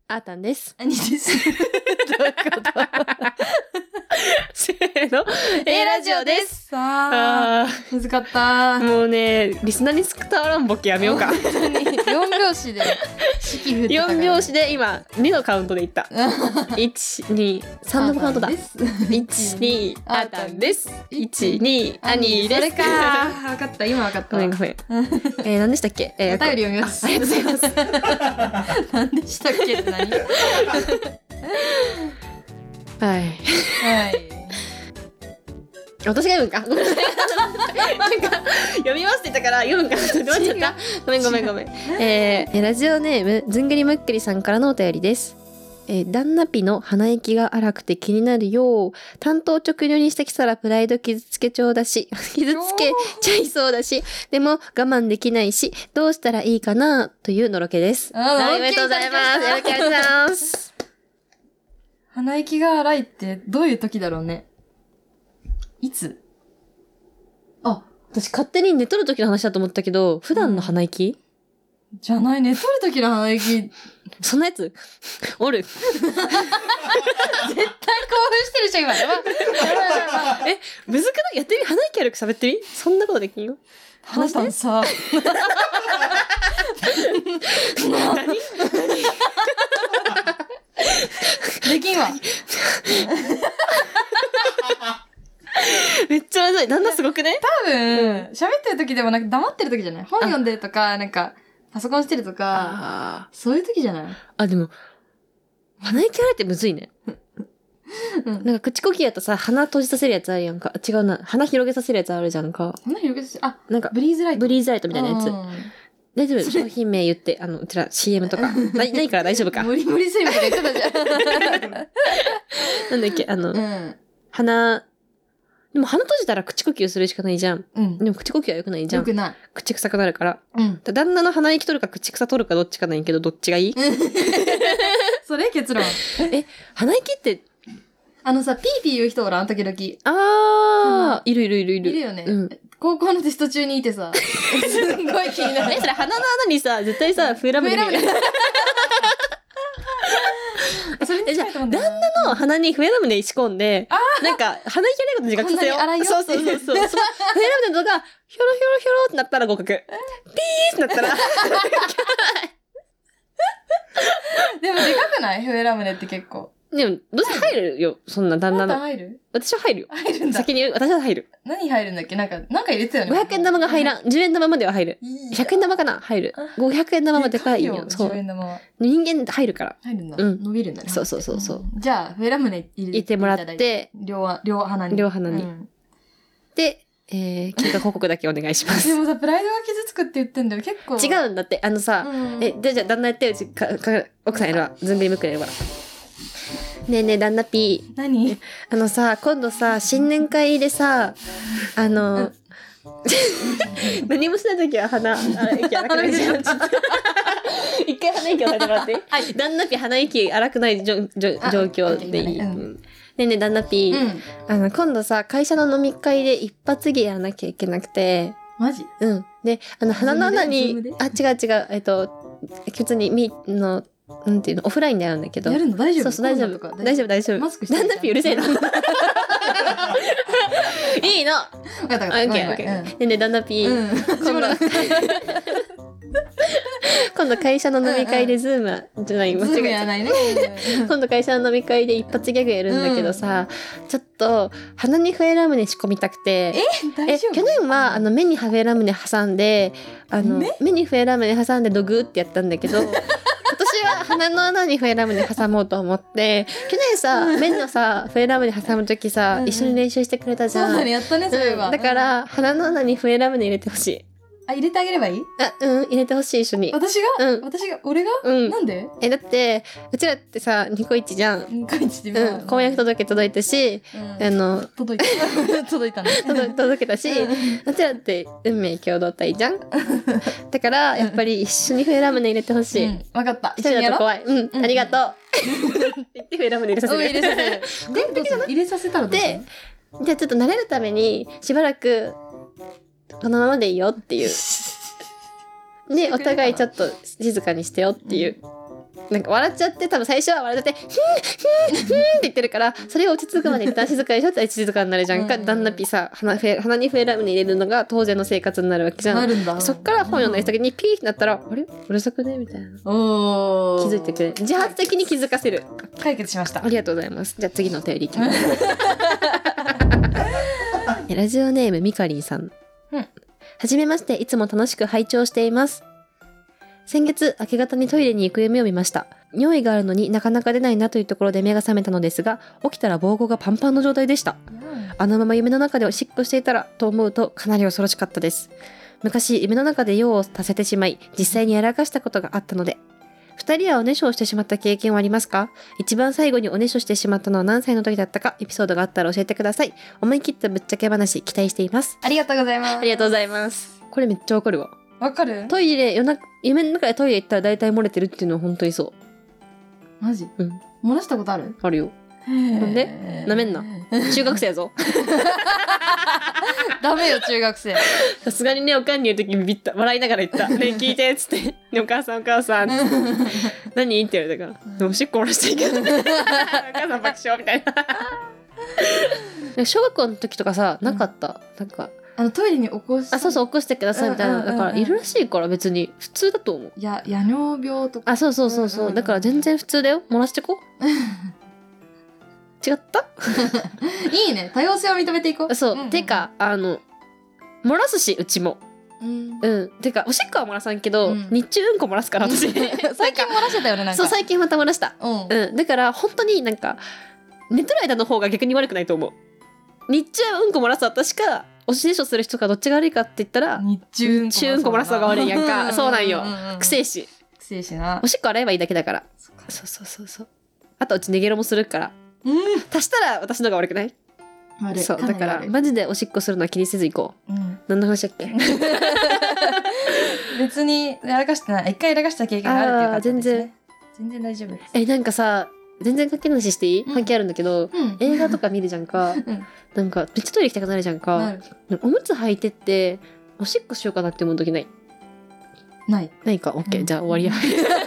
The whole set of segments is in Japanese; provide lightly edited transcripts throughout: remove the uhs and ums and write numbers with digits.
あーたんです。 兄です。どういうことせーの。ラジオです。 さあ、難かった。 もうね、リスナーに伝わらんボケやめようか。 4拍子で式振ってたから、 4拍子で今2のカウントでいった。1、2、3のカウントだ。1、2、あーたんです。1、2、兄です。 それか。分かった。今分かった。 ごめんごめん。何でしたっけ？ お便り読みます。 ありがとうございます。 何でしたっけって何？ はい。 はい。 私が読むか。なんか読みますって言ったから読むかなって思っちゃった。ごめん。ラジオネームずんぐりむっくりさんからのお便りです。旦那ピの鼻息が荒くて気になるよ。担当直入にしてきたらプライド傷つけちゃいそうだし、でも我慢できないし、どうしたらいいかなというのろけです。 ありがとうございます。ありがとうございます。 鼻息が荒いってどういう時だろうね。いつ？ あ、私勝手に寝とる時の話だと思ったけど、普段の鼻息？ じゃない、寝とる時の鼻息。 そんなやつおる。 絶対興奮してるじゃん、今。 むずくない？やってみ、鼻息悪く喋ってみ？そんなことできんよ。 話してさ。 何できんわ。 めっちゃむずい。旦那すごくね？ 多分、喋ってる時でもなんか黙ってる時じゃない？本読んでるとか、なんか、パソコンしてるとか、そういう時じゃない？ あ、でも、鼻息荒いってむずいね。なんか口呼吸やとさ、鼻閉じさせるやつあるやんか。違うな。鼻広げさせるやつあるじゃんか。 鼻広げさせる？あ、 なんか、 ブリーズライトみたいなやつ。大丈夫？商品名言って、うちら CM とか。ないから大丈夫か。 無理するみたいな言ってたじゃん。 なんだっけ、鼻、でも鼻閉じたら口呼吸するしかないじゃん。でも口呼吸は良くないじゃん。 良くない。 口臭くなるから。旦那の鼻息取るか口臭取るかどっちかないけど、どっちがいい？ それ結論。 鼻息って、 さ、ピーピー言う人おらん、時々。 いる。 いるよね。高校のテスト中にいてさ、すんごい気になる。 それ鼻の穴にさ、絶対さ、フーラムネ。じゃあ、旦那の鼻にフエラムネ仕込んで、なんか、鼻息荒いこと自覚させよう。そう。フエラムネとか、ひょろってなったら合格。ピーってなったら。 でもでかくない？フエラムネって結構。 でも、どうせ入るよ、そんな旦那の。 入る？ 私は入るよ。 入るんだ。 先に言う、私は入る。 何入るんだっけ？なんか入れてたよね。 500円玉が入らん。10円玉までは入る。100円玉かな？入る。500円玉までかいいよ。そう。 10円玉は。 人間入るから。 入るんだ。伸びるんだね。 そう。 じゃあ、フエラムネ入れてもらって、 両鼻に。 で、結果報告だけお願いします。 でもさ、プライドが傷つくって言ってんだよ。結構。 違うんだって。じゃあ旦那やってうち、奥さんやるわ。ずんぐりむっくりやるわ。ねえねえ、旦那ピー。 何？ さ、今度さ、新年会でさ、何もしないときは息荒くないじゃん。一回鼻息をされてもらって。旦那ピー鼻息荒くない状況でいい。ねえねえ、旦那ピー。今度さ、会社の飲み会で一発芸やらなきゃいけなくて。 マジ？ で、鼻の穴に、違う。普通に、なんていうの、オフラインでやるんだけど。 やるの大丈夫？ そう、大丈夫。大丈夫。 マスクして。 旦那ピーうるせえな。いいの。 わかった。 オッケー。で、旦那ピー。今度会社の飲み会でズームじゃない、 間違いないね。 今度会社の飲み会で一発ギャグやるんだけどさ、ちょっと鼻にフエラムネ仕込みたくて。 大丈夫？ 去年は目にフエラムネ挟んで、目にフエラムネ挟んでドグーってやったんだけど、今年は鼻の穴にフエラムネ挟もうと思って、去年さ、目のさ、フエラムネ挟むときさ、一緒に練習してくれたじゃん。 そうだね、やったね、そういえば。 だから、鼻の穴にフエラムネ入れてほしい。 入れてあげればいい？ 入れてほしい、一緒に。 私が？俺が？なんで？ だって、うちらってさ、ニコイチじゃん。 ニコイチって婚約届届いたし、 届いたね。 届けたし、うちらって運命共同体じゃん。だから、やっぱり一緒にフエラムネ入れてほしい。 わかった。 一緒にだと怖い。ありがとう。言ってフエラムネ入れさせる。 入れさせたらどうする？ じゃあちょっと慣れるために、しばらく、このままでいいよっていう。で、お互いちょっと静かにしてよっていう。 なんか笑っちゃって多分最初は笑っちゃってふんふんふんって言ってるからそれを落ち着くまで一旦静かにしようって静かになるじゃんか、だんだんピさ鼻にフェラムに入れるのが当然の生活になるわけじゃん。 なるんだ。 そっから本読んだりした時にピーってなったら、あれうるさくねみたいなおー。 気づいてくれる。自発的に気づかせる。 解決しました。 ありがとうございます。じゃあ次のお便りいきますラジオネームみかりんさん、はじめまして、いつも楽しく拝聴しています。先月明け方にトイレに行く夢を見ました。尿意があるのになかなか出ないなというところで目が覚めたのですが、起きたら膀胱がパンパンの状態でした。あのまま夢の中でおしっこしていたらと思うとかなり恐ろしかったです。昔夢の中で用を足せてしまい実際にやらかしたことがあったので。2人はおねしょをしてしまった経験はありますか？一番最後におねしょしてしまったのは何歳の時だったか、エピソードがあったら教えてください。思い切ったぶっちゃけ話期待しています。 ありがとうございます。 ありがとうございます。これめっちゃわかるわ。 わかる？ トイレ夢の中でトイレ行ったら大体漏れてるっていうのは本当にそう。 マジ？ うん。 漏らしたことある？ あるよ。なんで？なめんな。中学生やぞ。 ダメよ中学生。 さすがにね、おかんに言うときビビった。笑いながら言った。ね聞いてっつって。ねお母さんお母さん。何って言われたから。おしっこ漏らしていいけどね。お母さん爆笑みたいな。小学校の時とかさ、なかった。なんか。 トイレに起こしそう起こしてくださいみたいな。だからいるらしいから別に普通だと思う。 夜尿病とか。 そう。だから全然普通だよ。漏らしてこ。違ったいいね。多様性を認めていこう。 そう。てか、漏らすし、うちも。 うん。 てか、おしっこは漏らさんけど、日中うんこ漏らすから、私。 最近漏らしてたよね、なんか。 そう、最近また漏らした。 うん。 だから、本当になんか、寝てる間の方が逆に悪くないと思う。日中うんこ漏らす私か、おしっこする人かどっちが悪いかって言ったら、日中うんこ漏らす方が悪いやんか。そうなんよ。くせえし。 くせえしな。 おしっこ洗えばいいだけだから。そう。あと、うち寝ゲロもするから。足したら私の方が悪くない？そうだからマジでおしっこするのは気にせず行こう。何の話だっけ？ 別にやらかしてない。一回やらかした経験があるっていうか、全然大丈夫です。 なんかさ、全然関係なししていい？関係あるんだけど、映画とか見るじゃんか。なんかめっちゃトイレ行きたくなるじゃんか。おむつ履いてっておしっこしようかなって思う時ない？ないか。オッケー、じゃあ終わりや。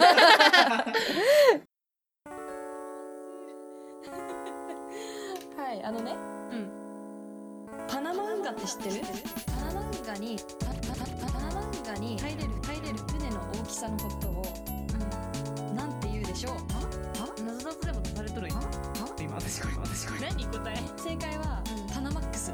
パナマ運河って知ってる？パナマ運河に入れる船の大きさのことを、なんて言うでしょう？謎々でも出されとる今。今私これ。何答え？正解はパナマックスです。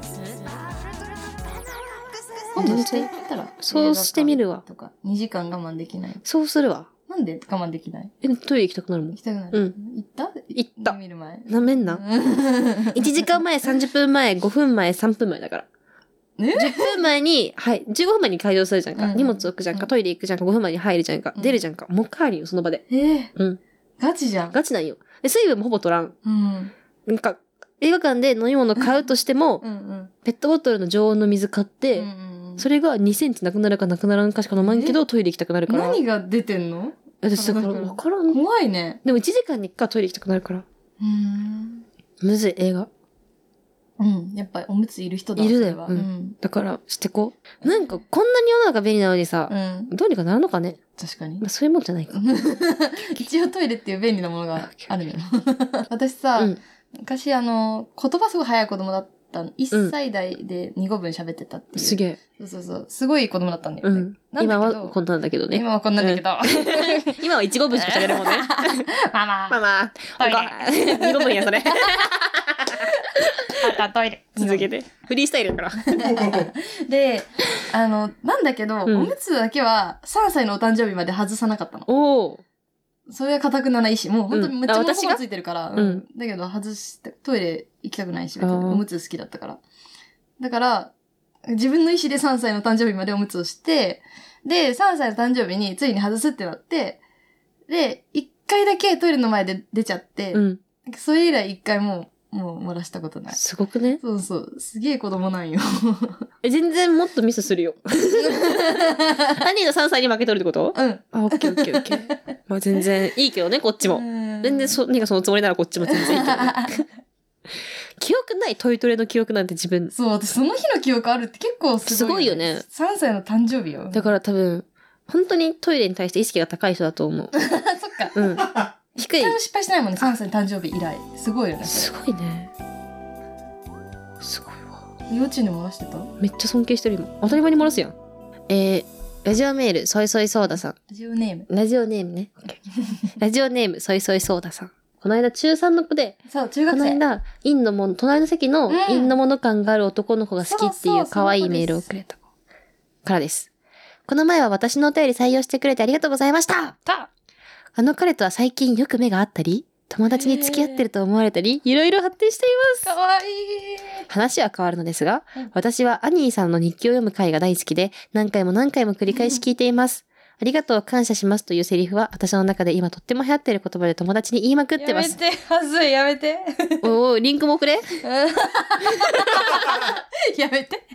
今度していったらそうしてみるわ。 とか2時間我慢できない。 そうするわ。 なんで我慢できない？ トイレ行きたくなるもん。 行きたくなる。行った？見る前。 なめんな。1時間前、30分前、5分前、3分前だから。10分前に、15分前に開場するじゃんか。荷物置くじゃんか。トイレ行くじゃんか。5分前に入るじゃんか。出るじゃんか。もう一回あるよ、その場で。 ガチじゃん。 ガチなんよ。で、水分もほぼ取らん。なんか、映画館で飲み物買うとしても、ペットボトルの常温の水買って、それが2センチなくなるかなくならんかしか飲まんけど、トイレ行きたくなるから。 何が出てんの？ 私だから分からん。 怖いね。 でも1時間に1回トイレ行きたくなるから。むずい、映画。 やっぱりおむついる人だ。 いるだよ。だから、してこう。なんか、こんなに世の中便利なのにさ、どうにかなるのかね。 確かに。 そういうもんじゃないか。 一応トイレっていう便利なものがあるのよ。私さ、昔言葉すごい早い子供だったの。1歳代で2語分喋ってたっていう。 すげえ。 そう。すごいい子供だったんだよね。 今はこんなんだけどね。 今はこんなんだけど。 今は1語分しか喋るもんね。ママ。2語分や、それ。 トイレ。 続けて。フリースタイルだから。 で、なんだけど、おむつだけは3歳のお誕生日まで外さなかったの。それは固くなないし、もう本当にめっちゃ物がついてるから、だけど外して、トイレ行きたくないし、別におむつ好きだったから。だから、自分の意思で3歳の誕生日までおむつをして、で、3歳の誕生日についに外すってなって、で、1回だけトイレの前で出ちゃって、それ以来1回もう漏らしたことない。 すごくね？ そう。すげえ子供なんよ。 全然もっとミスするよ。兄の3歳に負けとるってこと？オッケー。まあ全然いいけどね、こっちも。全然何かそのつもりならこっちも全然いいけど。記憶ない、トイトレの記憶なんて自分。 そう、私その日の記憶あるって結構すごいよね。3歳の誕生日よ。 だから多分、本当にトイレに対して意識が高い人だと思う。 そっか。 うん。低い。 一回も失敗してないもんね、3歳誕生日以来。すごいよね。 すごいね。すごいわ。 幼稚園で漏らしてた？ めっちゃ尊敬してる今。当たり前に漏らすやん。ラジオメール、ソイソイソーダさん。 ラジオネーム。 ラジオネームね。ラジオネーム、ソイソイソーダさん。この間中3の子で、 そう、中学生。 この間、隣の席の陰の物感がある男の子が好きっていう可愛いメールをくれたからです。この前は私のお便り採用してくれてありがとうございました。あの彼とは最近よく目が合ったり、友達に付き合ってると思われたり、いろいろ発展しています。 かわいい。 話は変わるのですが、私はアニーさんの日記を読む回が大好きで、何回も繰り返し聞いています。ありがとう、感謝しますというセリフは、私の中で今とっても流行っている言葉で友達に言いまくってます。 やめて、はずい、やめて。 おー、リンクもくれやめて。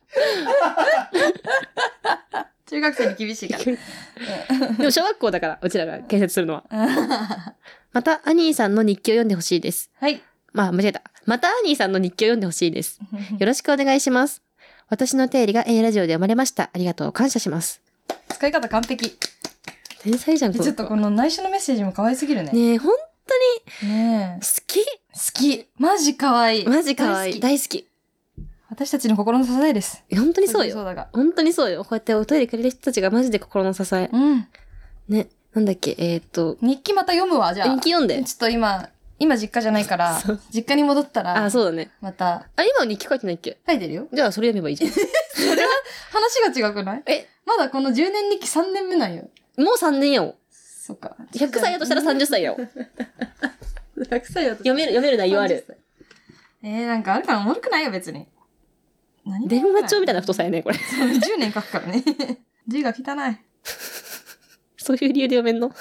中学生に厳しいから。 でも小学校だから、うちらが建設するのは。また、アニーさんの日記を読んでほしいです。 はい。 間違えた。またアニーさんの日記を読んでほしいです。よろしくお願いします。私のお便りが A ラジオで読まれました。ありがとう、感謝します。 使い方完璧。 天才じゃん、 ちょっとこの内緒のメッセージも可愛すぎるね。 ねえ、本当に。 ねえ。 好き。 好き。マジ可愛い。 マジ可愛い。大好き。 私たちの心の支えです。 本当にそうよ。 そうだが。 本当にそうよ。こうやってお便りくれる人たちがマジで心の支え。 うん。 ね。なんだっけ、 日記また読むわ、じゃあ。 日記読んで。 ちょっと今実家じゃないから、実家に戻ったら。 あ、そうだね。 また。 あ、今日記書いてないっけ？ 書いてるよ。 じゃあそれ読めばいいじゃん。 それは話が違くない？まだこの10年日記3年目なんよ。 もう3年やん。 そっか。 100歳やとしたら30歳やん。 100歳やと読める内容ある。 なんかあるかな？おもろくないよ、別に。何電話帳みたいな太さやね、これ。 10年書くからね。字が汚い。 そういう理由で読めんの？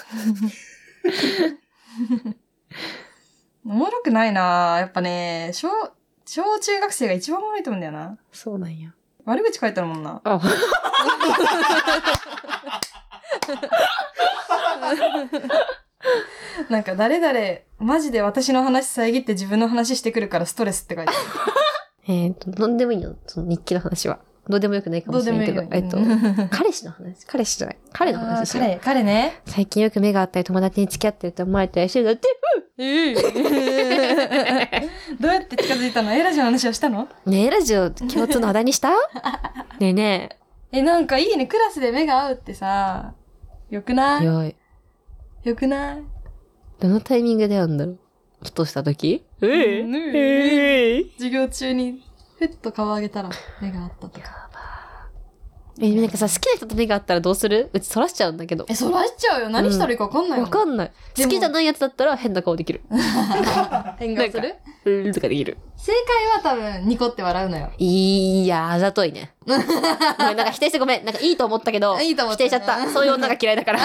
おもろくないなぁ。やっぱね、小中学生が一番おもろいと思うんだよな。 そうなんや。 悪口書いてるもんな。 あなんか誰々、マジで私の話遮って自分の話してくるからストレスって書いてある。 どんでもいいよ、その日記の話は。どうでもよくないかもしれないけど。彼氏の話。彼氏じゃない。彼の話しよう。 彼ね。 最近よく目があったり友達に付き合ってると思われたりしてるんだって。 どうやって近づいたの？ラジオの話をしたの？ ねえ、ラジオ共通の話題にした？ねえねえ。なんかいいね。クラスで目が合うってさ、よくない？よくない？ どのタイミングで会うんだろう？ふとした時？授業中にふっと顔上げたら目が合ったとか。 なんかさ、好きな人と目が合ったらどうする？うちそらしちゃうんだけど。 そらしちゃうよ。何したらいいか分かんないもん。 分かんない。好きじゃないやつだったら変な顔できる。 変顔する？ とかできる。 正解は多分ニコって笑うのよ。 いや、あざといね。なんか否定してごめん。なんかいいと思ったけど、否定しちゃった。そういう女が嫌いだから。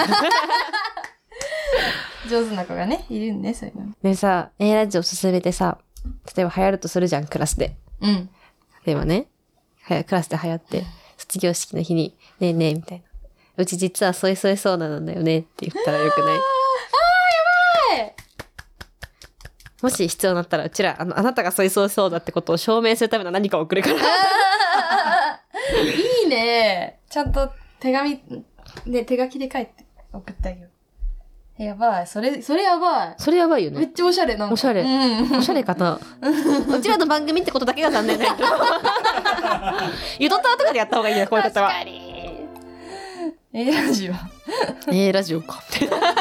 上手な子がね、いるんね、そういうの。 でさ、A ラジオ進めてさ、例えば流行るとするじゃん、クラスで。 うん。 例えばね、クラスで流行って、卒業式の日に、ねえねえ、みたいな。うち実はソイソイソーダなんだよねって言ったらよくない？ やばい！ もし必要になったら、うちら、あなたがソイソイソーダってことを証明するための何かを送るから。 いいね。ちゃんと手紙、ね、手書きで書いて送ってあげよう。やばい。それやばい。 それやばいよね。 めっちゃおしゃれなんか。 おしゃれ。おしゃれかな。うちらの番組ってことだけが残念だけど。ゆとたわとかでやった方がいいよ、こういう方は。 確かに。ラジオ。 ラジオか。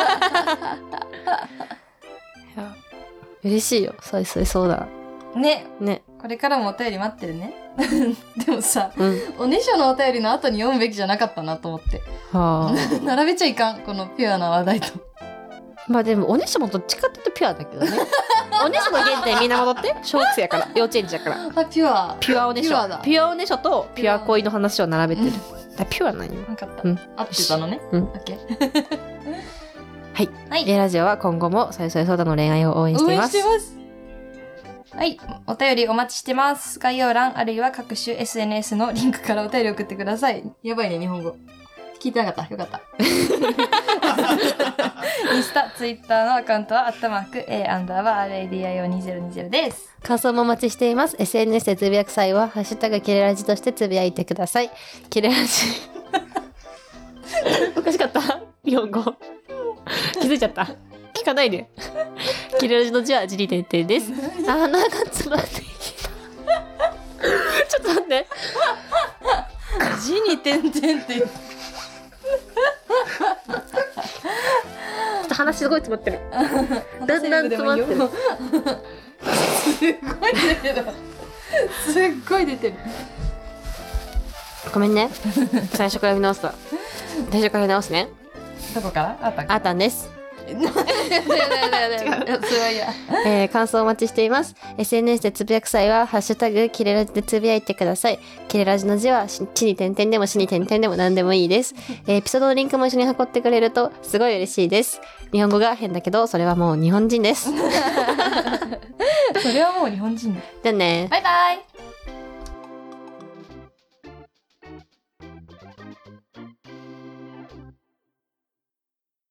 嬉しいよ、ソイソイそうだ。 ね。これからもお便り待ってるね。でもさ、おねしょのお便りの後に読むべきじゃなかったなと思って。並べちゃいかん、このピュアな話題と。 まあでもおねしょもどっちかっていうとピュアだけどね。おねしょの原点みんな戻って。小学生やから幼稚園児やから。 ピュアおねしょ。ピュアおねしょとピュア恋の話を並べてる。ピュアなんよ。 分かった。合ってたのね。オッケー。はい。A ラジオは今後もソイソイソーダの恋愛を応援しています。 はい。お便りお待ちしてます。概要欄あるいは各種 SNS のリンクからお便り送ってください。やばいね、日本語。聞いてなかった。よかった。インスタ、ツイッターのアカウントは@A_RADIO2020 です。 感想もお待ちしています。SNS でつぶやく際はハッシュタグキレラジとしてつぶやいてください。キレラジおかしかった日本語気づいちゃった。聞かないで。キレラジの字は字に点々です。鼻が詰まってきた。ちょっと待って。 字に点々って。 鼻すごい詰まってる。だんだん詰まってる。 すっごい出てる。すっごい出てる。 ごめんね。最初から見直すわ。最初から見直すね。 どこから？あったんです。感想お待ちしています。 SNS でつぶやく際はハッシュタグキレラジでつぶやいてください。キレラジの字は地に点々でもしに点々でも何でもいいです。エピソードのリンクも一緒に貼ってくれるとすごい嬉しいです。日本語が変だけどそれはもう日本人です。 それはもう日本人だ。 じゃあね、 バイバイ。